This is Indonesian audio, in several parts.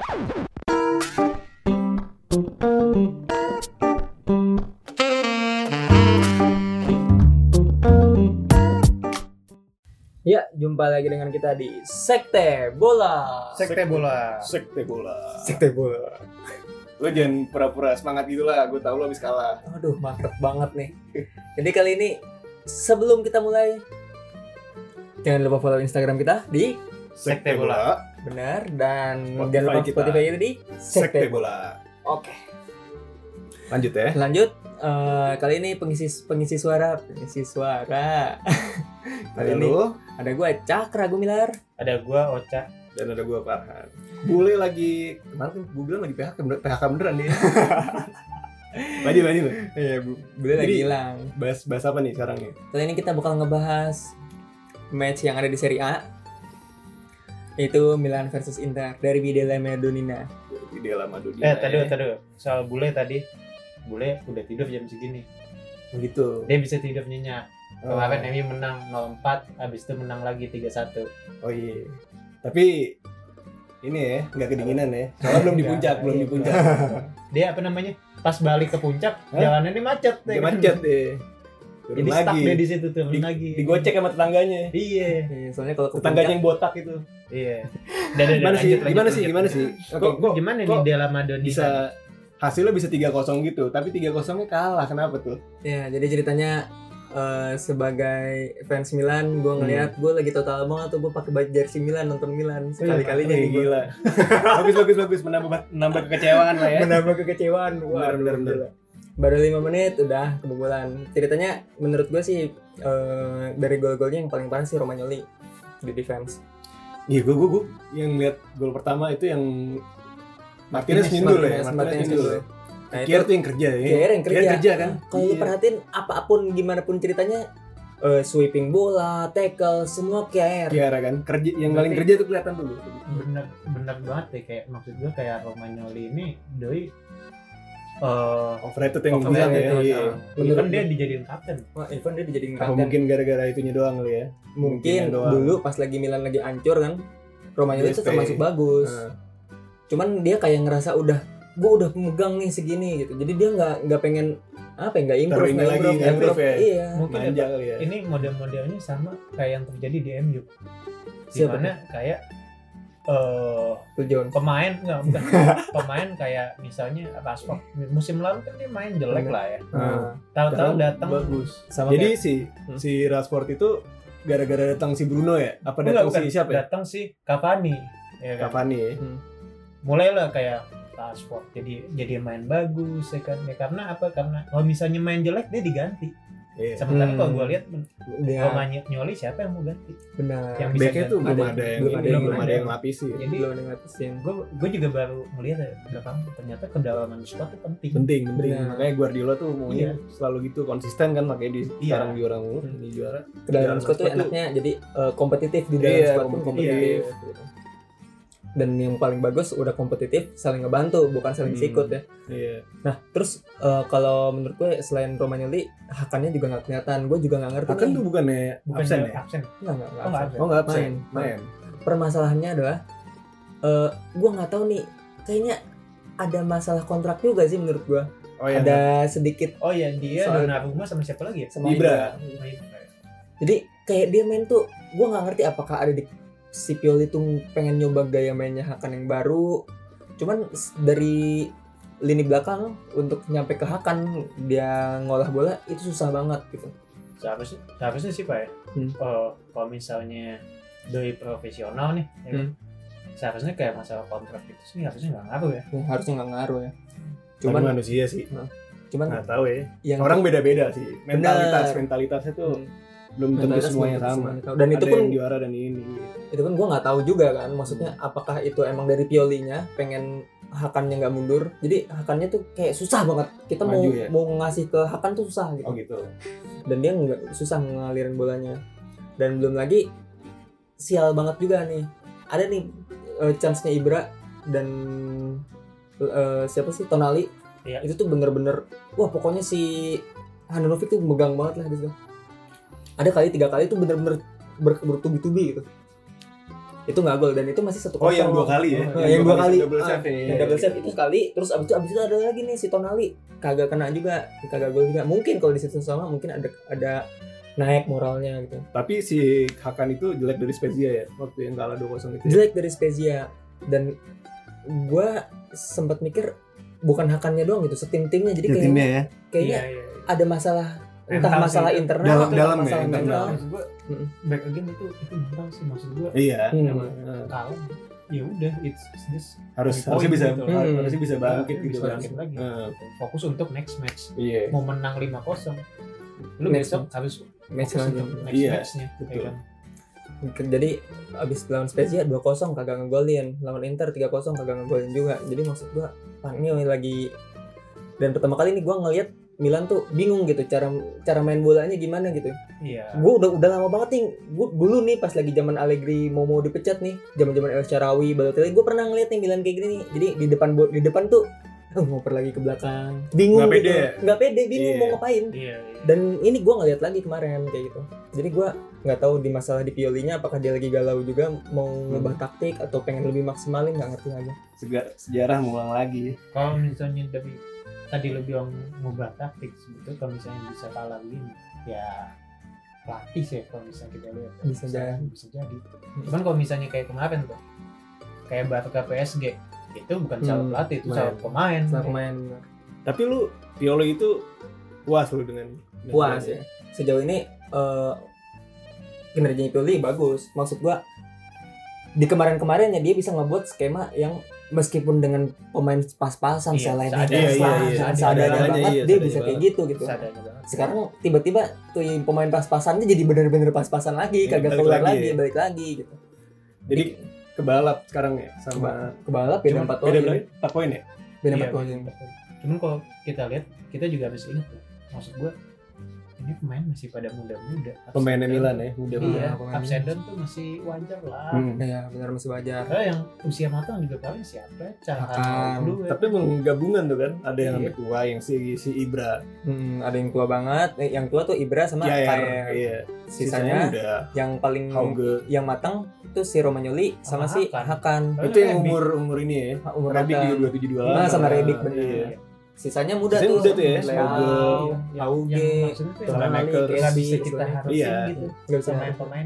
Ya, jumpa lagi dengan kita di Sekte Bola. Sekte bola. Sekte Bola. Lo jangan pura-pura semangat gitu lah, gue tau lo habis kalah. Aduh, mantep banget nih. Jadi kali ini sebelum kita mulai, jangan lupa follow Instagram kita di Sekte bola. benar, dan Spotify jangan lupa kita. Spotify kita di Sekte bola. Oke, Lanjut ya. lanjut. Kali ini pengisi suara. Kali ini Lo ada gue Cakra Gumilar. Ada gua Ocha. dan ada gue Farhan. Bule lagi kemarin gue bilang lagi PHK beneran dia. Lanjut. Iya, boleh lagi Jadi, hilang. Bahas apa nih sekarang nih? Kali ini kita bakal ngebahas match yang ada di Serie A, yaitu Milan versus Inter dari Videla Madonnina. Ide lama dunia. Tadi soal bule tadi. Bule udah tidur jam segini. Gitu. Dia bisa tidur nyenyak. Kemarin MU menang 0-4, habis itu menang lagi 3-1. Oh iya. Tapi ini ya, nggak kedinginan ya. Soalnya belum di puncak, Dia apa namanya? Pas balik ke puncak, Hah? jalanannya macet. Dia macet deh. Turun Jadi stuck lagi. dia di situ turun lagi. Digocek sama tetangganya. Iya. Iya, soalnya kalau ke Tetangganya puncak, yang botak itu. Iya. Gimana sih? Gimana nih kok Della Madonnina? Bisa hasilnya bisa 3-0 gitu, tapi 3-0-nya kalah. Kenapa tuh? ya jadi ceritanya sebagai fans Milan, gue ngeliat gue lagi total banget tuh, gue pakai baju jersey Milan, nonton Milan sekali-kalinya Wih, nih gua. gila. bagus menambah kekecewaan lah ya. Menambah kekecewaan. Wah, Bener. gila. Baru 5 menit udah kebobolan. Ceritanya menurut gue sih dari gol-golnya yang paling parah sih Romagnoli di defense. Iya, gue yang lihat gol pertama itu yang Martinez nyundul ya. Martinez nyundul. Nah, Kier tuh yang kerja ya. Kier yang kerja kan. Kalau lu perhatiin apapun gimana pun ceritanya, sweeping bola, tackle, semua Kier. Kier kan. Kerja yang paling kerja tuh kelihatan tuh. Bener banget deh, kayak maksud gue kayak Romagnoli ini doi Overrated yang Overrated, bilang ya. ya. Iya. kan dia dijadiin kapten. Wah, even dia dijadiin Apa kapten. mungkin gara-gara itunya doang kali ya? Mungkin doang. dulu pas lagi Milan lagi hancur kan, Romagnoli itu USP. termasuk bagus. Nah, Cuman dia kayak ngerasa gue udah pemegang nih segini gitu. Jadi dia nggak pengen apa ya, nggak improve, Taruh ini lagi, nggak improve ya. Iya. Mungkin manja kali ya. ini model-modelnya sama kayak yang terjadi di MU. Siapa Dimana kayak Phil Jones. pemain bukan pemain kayak misalnya Rashford musim lalu kan dia main jelek Bener. lah ya. Nah, Tahu-tahu datang bagus. sama Jadi kayak- si Rashford itu gara-gara datang si Bruno ya? Apa datang bukan, si siapa ya? datang si Cavani. Ya kan? Cavani ya. Mulailah kayak Rashford jadi main bagus ya kan. Ya, karena apa? Karena kalau misalnya main jelek dia diganti. Iya. Sementara kalau gue lihat dia Romagnoli siapa yang mau ganti? benar. Yang bisa Backnya tuh belum ada yang belum ada yang lapisi. Jadi belum ngatasin. gue juga baru melihat ya belakang ternyata kedalaman squad itu penting. Penting. Benar. Makanya Guardiola tuh maunya selalu gitu konsisten kan, makanya di Iya. sekarang juara mulu, ini juara. Ke dalam Dalam squad tuh squad tuh- enaknya jadi kompetitif di dalam Iya, squad pun kompetitif. Gitu. Dan yang paling bagus udah kompetitif, saling ngebantu, bukan saling sikut ya. Iya. Nah, terus kalau menurut gue selain Romagnoli, Hakannya juga nggak kelihatan. Gue juga nggak ngerti Akan nih. tuh bukannya Bukan absen dia ya? absen. Nggak Oh, nggak absen. Oh nggak absen, Main. Permasalahannya adalah, gue nggak tahu nih. Kayaknya ada masalah kontrak juga sih menurut gue. Oh iya. Ada sedikit Oh ya dia Soal- Donnarumma sama siapa lagi ya? sama Ibra. Jadi kayak dia main tuh, gue nggak ngerti apakah ada di si Pioli tuh pengen nyoba gaya mainnya Hakan yang baru. Cuman dari lini belakang untuk nyampe ke Hakan dia ngolah bola itu susah banget gitu. Seharusnya sih Pak ya. Kalau misalnya doi profesional nih, ya kan? Seharusnya kayak masalah kontrak itu sih harusnya nggak ngaruh ya. Ya, harusnya nggak ngaruh ya. Cuman Cuman manusia sih. cuman Nggak tahu ya. yang Orang beda-beda sih. Benar. Mentalitasnya tuh belum tentu mentalitas semuanya belum sama. semuanya tahu. Dan itu Ada pun yang juara dan ini. itu kan gue nggak tahu juga kan. Maksudnya apakah itu emang dari Piolinya pengen Hakannya nggak mundur. Jadi Hakannya tuh kayak susah banget. Kita mau Maju ya? mau ngasih ke Hakan tuh susah gitu. Oh gitu. Dan dia nggak susah ngalirin bolanya. Dan belum lagi sial banget juga nih. Ada nih chance-nya Ibra dan siapa sih Tonali. Iya. Itu tuh bener-bener wah pokoknya si Handanovic tuh megang banget lah gitu. Ada kali 3 kali tuh bener-bener bertubi-tubi gitu. itu nggak gol dan itu masih 1-0. Oh, yang 2 kali ya. Yang 2 kali. Double save ya. Yang double save itu sekali, terus abis itu ada lagi nih si Tonali kagak kena juga, kagak gol juga. Mungkin kalau di situ sama mungkin ada naik moralnya gitu. Tapi si Hakan itu jelek dari Spezia ya waktu yang kalah 2-0 itu. Jelek dari Spezia dan gua sempat mikir bukan Hakannya doang gitu, setim-timnya. Jadi timnya ya. kayaknya ada masalah, entah Mental masalah sih. internal atau Dalam ya, masalah internal. mental. Maksud gue back again itu mental sih, maksud gue Iya. kalah ya udah it's just Harusnya bisa gitu. harusnya bisa bangkit gitu bisa kan. bangkit lagi. Fokus untuk next match. Iya. Mau menang 5-0 lu Next besok harus match fokus lagi. untuk next Iya, matchnya ya betul. kan? Jadi abis lawan Spezia 2-0 kagak ngegolin, lawan Inter 3-0 kagak ngegolin juga. Jadi maksud gua ini lagi, dan pertama kali ini gua ngelihat Milan tuh bingung gitu cara main bolanya gimana gitu. Iya. Gue udah lama banget nih. Gue dulu nih pas lagi zaman Allegri mau dipecat nih, zaman El Shaarawy, Balotelli, gue pernah ngeliat nih Milan kayak gini nih. Jadi di depan tuh ngoper lagi ke belakang, bingung Nggak gitu. pede. Nggak pede, bingung Iya. mau ngapain. Iya. Dan ini gue ngeliat lagi kemarin kayak gitu. Jadi gue nggak tahu di masalah di Piolinya apakah dia lagi galau juga mau ngubah taktik atau pengen lebih maksimalin, nggak ngerti lagi. Sejarah mengulang lagi. Kalau misalnya tadi lu bilang ngubah taktik, sebetulnya kalau misalnya bisa kalah begini ya pelatih sih kalau misalnya kita lihat ya. Bisa jadi. Cuman kalau misalnya kayak kemarin tuh kayak Barca PSG itu bukan salah pelatih, itu salah pemain. Salah pemain. Tapi lu Pioli itu puas lu dengan Puas ya. Sejauh ini kinerjanya Pioli bagus. Maksud gua di kemarin-kemarinnya dia bisa ngebuat skema yang meskipun dengan pemain pas-pasan, Iya, seadanya seadanya banget, iya, dia seadanya bisa kayak banget. gitu. Seadanya banget. Sekarang tiba-tiba tuh yang pemain pas-pasannya jadi bener-bener pas-pasan lagi, Iya, kagak balik keluar lagi lagi, ya. balik lagi gitu. Jadi kebalap sekarang ya sama Kebalap beda 4 poin. beda 4 poin ya. Beda Iya, 4 poin. Cuman kalau kita lihat, kita juga harus ingat tuh, maksud gua ini pemain masih pada muda-muda. Pemainnya Milan ya, muda-muda. Iya, pemain ups and down tuh masih wajar lah. Iya, benar masih wajar. Karena yang usia matang juga paling siapa? Hakan. Calhanoglu. Tapi emang gabungan tuh kan, ada yang Iya. sampai tua, yang si Ibra, Ada yang tua banget, yang tua tuh Ibra sama Kayak. iya. Sisanya udah yang paling Hauge. yang matang itu si Romagnoli sama si Hakan. Soalnya Itu yang Rebic. umur ini ya. Umur Rebic matang. juga 27 28. Sama Rebic, bener. Iya. Sisanya muda Sisanya tuh. muda tuh ya, Leao, Yang Hauge, maksudnya tuh Tonali, yang Makers. nggak bisa kita Iya. harusin gitu. Nggak bisa Pemain-pemain.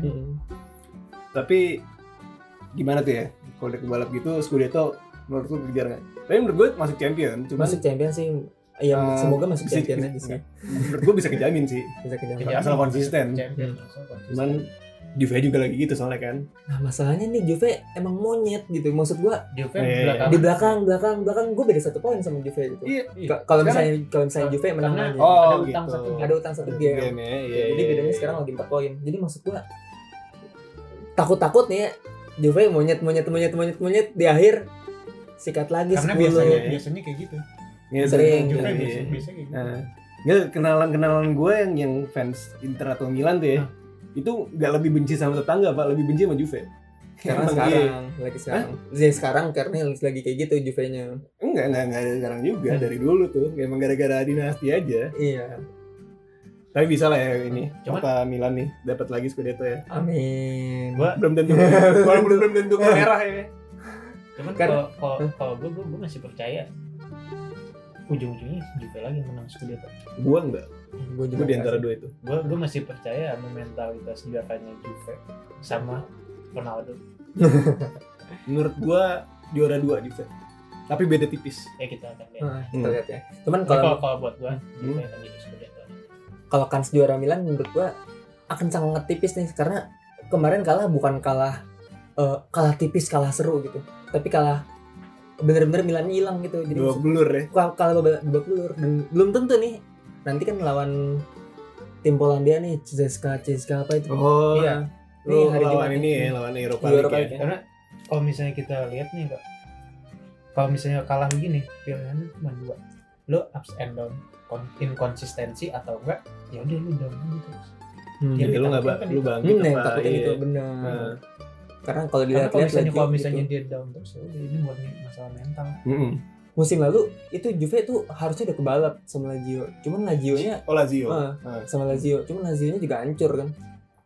Tapi gimana tuh ya? Kalau udah kebalap gitu, Scudetto menurut lu kejar nggak? Tapi menurut gue masuk champion, cuman Masuk champion sih. Ya semoga masuk bisa- champion aja sih. menurut gue bisa kejamin sih. Bisa kejar. Kejamin. Asal konsisten. Champion, asal konsisten. Cuman Juve juga lagi gitu soalnya kan. Nah, masalahnya nih Juve emang monyet gitu. Maksud gua Juve Iya. di belakang gua beda 1 poin sama Juve gitu. Iya. Kalau misalnya Juve menang Karena lagi. Oh, ada gitu. utang satu game. Ada utang 1 game. ya. Iya. Jadi bedanya sekarang lagi 4 poin. Jadi maksud gua takut-takut nih ya, Juve monyet di akhir sikat lagi Karena 10. biasanya kayak gitu. Iya, Sering. Juve iya. biasa kayak gitu. Nah, nggak kenalan gue yang fans Inter atau Milan tuh ya, itu nggak lebih benci sama tetangga pak, lebih benci sama Juve. Karena Emang sekarang lagi sekarang. Jadi sekarang karena lagi kayak gitu Juve-nya. Enggak ada sekarang juga, dari dulu tuh, emang gara-gara dinasti aja. Iya. Tapi bisa lah ya ini, Cuman- mata Milan nih dapat lagi Scudetto ya. Amin. Gua Belum tentu, walaupun belum tentu merah ya. cuman Karena- kalau gue masih percaya ujung-ujungnya Juve lagi menang Scudetto. Gua enggak, Gue gua di antara dua itu. Gue masih percaya sama mentalitas gerakannya Juve sama Ronaldo. Menurut gua juara 2 Juve. Tapi beda tipis. Ya kita akan lihat. Nah, kita lihat ya. Cuman Tapi kalau kalau buat gue Juve akan jadi Scudetto. kalau kans juara Milan menurut gua akan sangat tipis nih karena kemarin kalah bukan kalah tipis, kalah seru gitu. Tapi kalah bener-bener Milan hilang gitu. Jadi Dua blur ya. kalah babak belur dan belum tentu nih nanti kan lawan tim Polandia nih CSKA apa itu. Oh, Iya. Nih hari lawan Jumat ini nih. ya, lawan Europa Europa League League ya. Karena kalau misalnya kita lihat nih kak, kalau misalnya kalah begini pilihannya cuma 2, lo ups and down, inkonsistensi atau enggak ya udah lu down aja terus. Ya, Jadi lu nggak ditakutin kan lu itu. bangkit yang apa, takutin iya. itu benar. Nah. Karena kalau Karena dilihat-lihat kalau misalnya Lazio gitu. dia down terus ya udah ini murni masalah mental. Musim lalu itu Juve tuh harusnya udah kebalap sama Lazio. Cuman Lazio-nya Oh Lazio. sama Lazio. Cuman Lazio-nya juga hancur kan.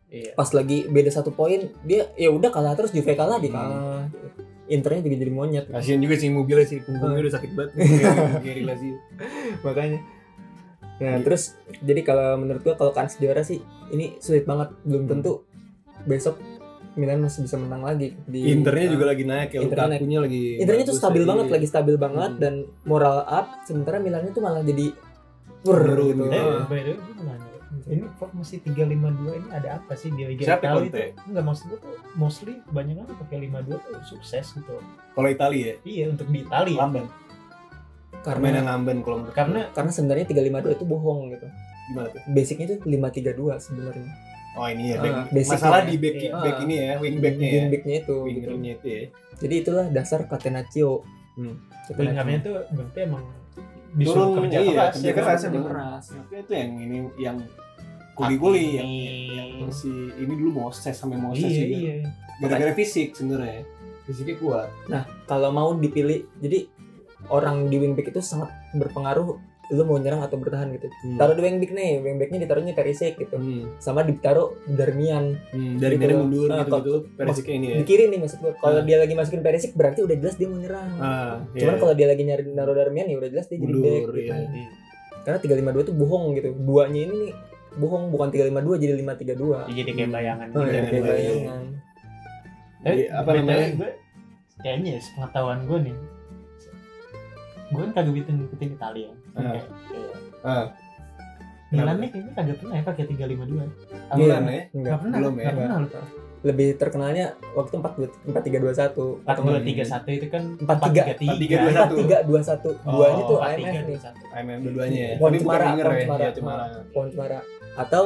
Iya. Pas lagi beda 1 poin dia ya udah kalah terus, Juve kalah dia kalah. Internya juga jadi monyet. Kasian juga sih mobilnya sih, punggungnya udah sakit banget. Kayak Lazio. Makanya. Nah, terus jadi kalau menurut gua kalau kans juara sih ini sulit banget, belum tentu besok Milan masih bisa menang lagi di Internya juga lagi naik ya, Internya Lukakunya lagi. Internya tuh bagus stabil ya. banget, lagi stabil banget dan moral up, sementara Milannya tuh malah jadi Menurun gitu. gitu. By the way, gue mau nanya, ini formasi 352 ini ada apa sih di Liga Siapa Italia Conte? itu? Enggak, maksud gue tuh mostly banyak kan pakai 52 tuh sukses gitu. Kalau Italia ya, Iya, untuk di Italia. lamban. Permainan Karena lamban kalau menurut karena sebenarnya 352 itu bohong gitu. gimana tuh? Basicnya tuh 532 sebenarnya. Oh ini ya, back. Basicnya Masalah ya. di back Iya. back ini ya, wing backnya ya. Wingbacknya itu gitu. Wingernya itu ya. Jadi itulah dasar Catenaccio. Wingernya tuh berarti emang disuruh Turun, kerja iya, keras. kerja ya kan? keras, kerja emang. keras. Tapi itu yang ini yang kuli-kuli yang Amin. si ini dulu Moses sampai Moses Iya, juga. iya. Gara-gara fisik sebenarnya. Fisiknya kuat. Nah, kalau mau dipilih, jadi orang di wingback itu sangat berpengaruh lu mau nyerang atau bertahan gitu. Taruh di wingback nih, wingbacknya ditaruhnya Perisic gitu. Sama ditaruh Darmian. Dari Gitu. mana mundur Nah, gitu Perisiknya ini ya. Di kiri nih maksud gua. Kalau dia lagi masukin Perisic berarti udah jelas dia mau nyerang. Cuman kalau dia lagi nyari naruh Darmian ya udah jelas dia jadi back mundur gitu. ya. Karena 352 itu bohong gitu. Duanya ini nih bohong, bukan 352 jadi 532. Jadi kayak bayangan Oh, gitu. ya, kayak bayangan. bayangan. Jadi, apa BTW namanya? gue kayaknya ya, sepengetahuan gue nih, gue kan kagak ngikutin Italia. Kayak Milan nih kayaknya kagak pernah ya pakai 352. Milan ya? Enggak. Nggak pernah. Belum ya? Nggak pernah loh. Lebih terkenalnya waktu 4321 atau 4231 itu kan 4321. Duanya tuh IMF nih. IMF dua-duanya ya. Pohon Tapi bukan Cemara, winger Pohon ya. Cemara. Iya, Cemara. Pohon Cemara. Atau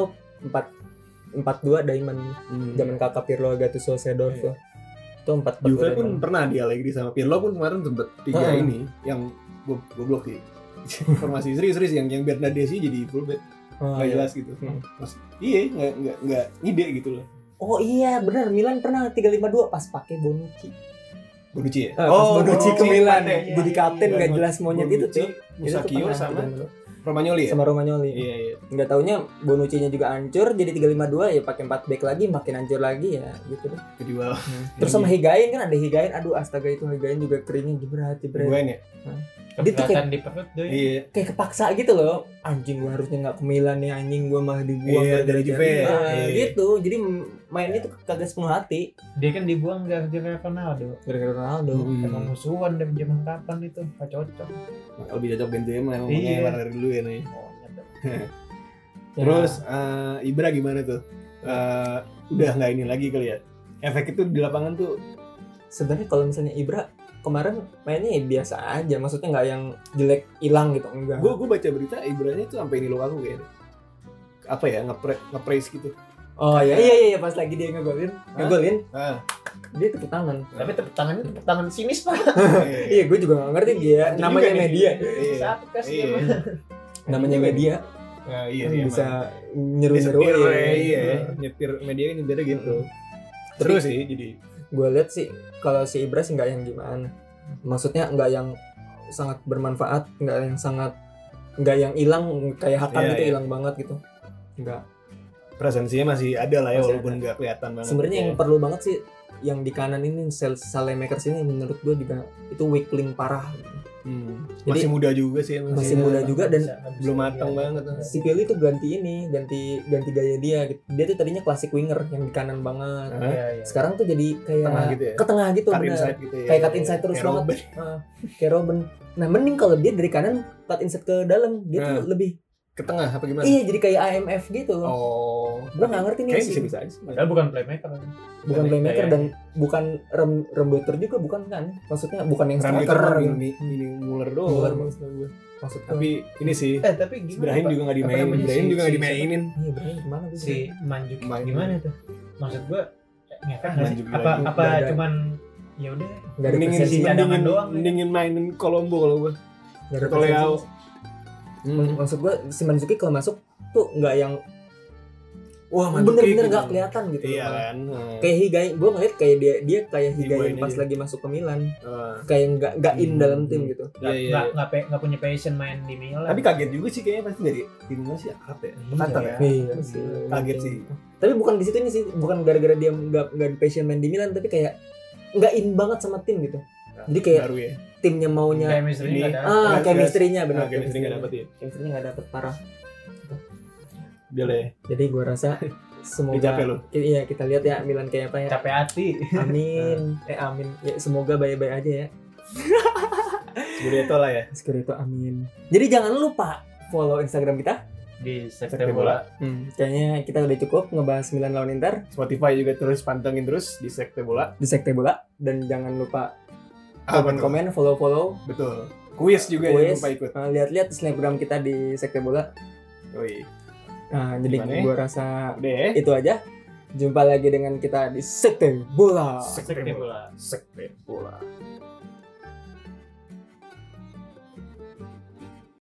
42 Diamond zaman kakak Pirlo, Gattuso, Seedorf tuh. Itu 4 Juve pun pernah di Allegri sama Pirlo pun kemarin sempet 3 ini yang goblok sih. Formasi serius yang Bernardeschi jadi fullback. Nggak jelas gitu. Mas, iya nggak ide gitu loh. Oh iya benar, Milan pernah 352 pas pakai Bonucci. Bonucci ya? Pas Bonucci ke Milan iya, jadi kapten iya. nggak jelas monyet itu tuh. Musakio Itu sama pernah, Romagnoli ya? sama Romagnoli. Iya. Nggak taunya Bonucci-nya juga hancur jadi 352 ya pakai 4 back lagi makin hancur lagi ya gitu deh. Kedua. Terus sama Higuain kan ada Higuain, aduh astaga itu Higuain juga keringnya jebret. Gue ya? Dia tuh Keberatan di perut doi. Iya. kayak kepaksa gitu loh, anjing gua harusnya nggak ke Milan nih, anjing gua malah dibuang Iya, dari Juve. Iya. gitu. Jadi mainnya tuh kagak sepenuh hati Dia kan dibuang gara-gara Ronaldo. gara-gara Ronaldo. Emang musuhan dari zaman kapan itu? Gak cocok. Lebih cocok Benzema emang Iya. makanya dari dulu ya nih. Oh, nyata. Ya, Terus Ibra gimana tuh? Udah nggak ini lagi kali ya? Efek itu di lapangan tuh sebenarnya kalau misalnya Ibra kemarin mainnya ya biasa aja, maksudnya nggak yang jelek hilang gitu, enggak. gue baca berita Ibranya tuh sampai ini Lukaku kayaknya. Apa ya nge-praise gitu. Oh iya pas lagi dia ngegolin dia tepuk tangan. Tapi tepuk tangannya tepuk tangan sinis pak. Iya gue juga nggak ngerti dia, Anjing namanya juga nih. media, Iya. Saat kas Iya. dia. namanya media Nah, iya sih bisa emang. nyeru-nyeruin. Iya, nyetir media kan nyetirnya gitu. Terus sih jadi Gue lihat sih kalau si Ibra sih nggak yang gimana, maksudnya nggak yang sangat bermanfaat, nggak yang hilang kayak Hakan Iya, gitu iya. hilang banget gitu, nggak. presensinya masih ada lah ya Masih walaupun ada. nggak kelihatan banget. Sebenarnya ya. yang perlu banget sih yang di kanan ini Saelemaekers ini menurut gue juga itu weak link parah. Masih muda juga sih Masih muda juga dan belum matang banget. si Pioli tuh ganti gaya dia gitu. Dia tuh tadinya klasik winger yang di kanan banget. Iya. Sekarang tuh jadi kayak Tengah gitu ya? ke tengah gitu Cut bener. inside gitu ya. Kayak cut inside terus Kayak banget. Robben. Kayak Robben. Nah mending kalau dia dari kanan cut inside ke dalam, dia tuh lebih Ke tengah apa gimana? iya jadi kayak AMF gitu. Oh. Gua nggak ngerti nih Kayaknya sih. bisa aja sih. Padahal bukan playmaker. Bukan playmaker Kayak- dan bukan rembuter juga bukan kan? Maksudnya bukan yang Ram striker. itu ini Muller Muller doang. maksud gue. Maksud gue. Tapi ini sih Tapi gimana? Ibrahim Pak? juga nggak Apa dimainin. namanya Ibrahim si- juga nggak si- dimainin. Iya bener gimana gue Si Manjukic Manjukic. gimana tuh? Maksud gua ngefek nggak sih? Manjukic Apa lagi. apa Nggak ada. cuman ya udah nggak ada Mendingin presensi, cadangan doang. mendingin mainin Colombo kalau gua. nggak ada Atau Leao. presensi. Maksud gue si Mandzukic kalau masuk tuh nggak yang wah bener-bener nggak kelihatan gitu. Iya kan. Kayak Higuain, gue ngeliat kayak dia kayak Higuain Higuain pas aja. lagi masuk ke Milan, kayak nggak in dalam tim gitu. Nggak punya passion main di Milan. Tapi kaget juga sih kayaknya pasti dari timnas sih Arab ya. Qatar ya. Iya sih. Kaget sih. Tapi bukan di situnya sih, bukan gara-gara dia nggak passion main di Milan, tapi kayak nggak in banget sama tim gitu. Jadi kayak baru ya. timnya maunya chemistry nggak ada. chemistry-nya benar. Chemistry nggak dapet ya. Chemistry-nya nggak dapet parah. Boleh. Jadi gue rasa semoga Capek lu. Iya kita lihat ya Milan kayak apa ya. Capek hati. Amin. Amin. Ya semoga baik-baik aja ya. Scudetto lah ya. Scudetto amin. Jadi jangan lupa follow Instagram kita. Di Sekte sekte bola. Kayaknya kita udah cukup ngebahas Milan lawan Inter Spotify juga terus pantengin terus di Sekte Bola. di Sekte Bola dan jangan lupa Betul. komen, follow. Betul. Kuis juga jangan lupa ikut. Lihat-lihat snapgram kita di Sekte Bola. Oi. Nah, jadi Gimana? gue rasa Udah ya. itu aja. Jumpa lagi dengan kita di Sekte Bola. Sekte Bola. Sekte Bola.